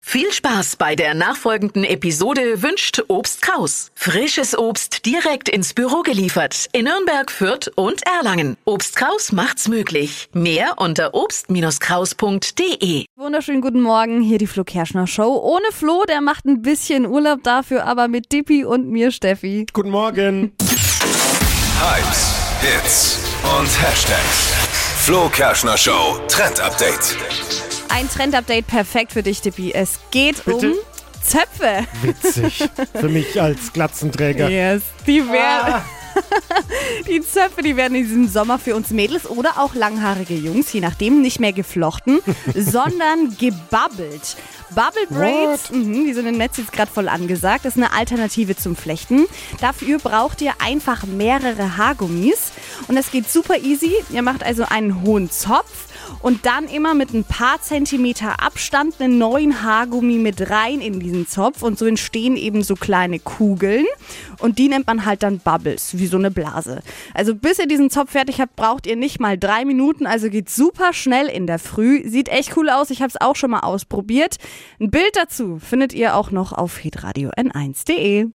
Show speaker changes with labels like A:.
A: Viel Spaß bei der nachfolgenden Episode wünscht Obst Kraus. Frisches Obst direkt ins Büro geliefert in Nürnberg, Fürth und Erlangen. Obst Kraus macht's möglich. Mehr unter obst-kraus.de.
B: Wunderschönen guten Morgen, hier die Flo Kerschner Show. Ohne Flo, der macht ein bisschen Urlaub, dafür aber mit Dippi und mir, Steffi.
C: Guten Morgen.
D: Hypes, Hits und Hashtags. Flo Kerschner Show Trend Update.
B: Ein Trend-Update perfekt für dich, Dippi. Es geht um Zöpfe.
C: Witzig. Für mich als Glatzenträger.
B: Yes, die Zöpfe, die werden in diesem Sommer für uns Mädels oder auch langhaarige Jungs, je nachdem, nicht mehr geflochten, sondern gebubbelt. Bubble Braids, die sind im Netz jetzt gerade voll angesagt. Das ist eine Alternative zum Flechten. Dafür braucht ihr einfach mehrere Haargummis. Und das geht super easy. Ihr macht also einen hohen Zopf und dann immer mit ein paar Zentimeter Abstand einen neuen Haargummi mit rein in diesen Zopf. Und so entstehen eben so kleine Kugeln. Und die nennt man halt dann Bubbles, wie so eine Blase. Also bis ihr diesen Zopf fertig habt, braucht ihr nicht mal 3 Minuten. Also geht super schnell in der Früh. Sieht echt cool aus. Ich habe es auch schon mal ausprobiert. Ein Bild dazu findet ihr auch noch auf hitradio n1.de.